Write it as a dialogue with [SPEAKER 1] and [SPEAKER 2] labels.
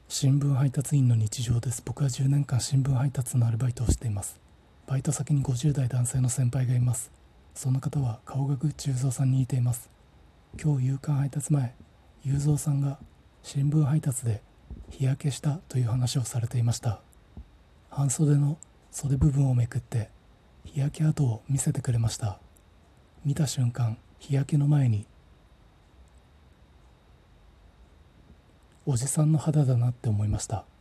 [SPEAKER 1] 新聞配達員の日常です。僕は10年間新聞配達のアルバイトをしています。バイト先に50代男性の先輩がいます。その方は顔がグッチ雄三さんに似ています。今日夕刊配達前、雄三さんが新聞配達で日焼けしたという話をされていました。半袖の袖部分をめくって日焼け跡を見せてくれました。見た瞬間、日焼けの前におじさんの肌だなって思いました。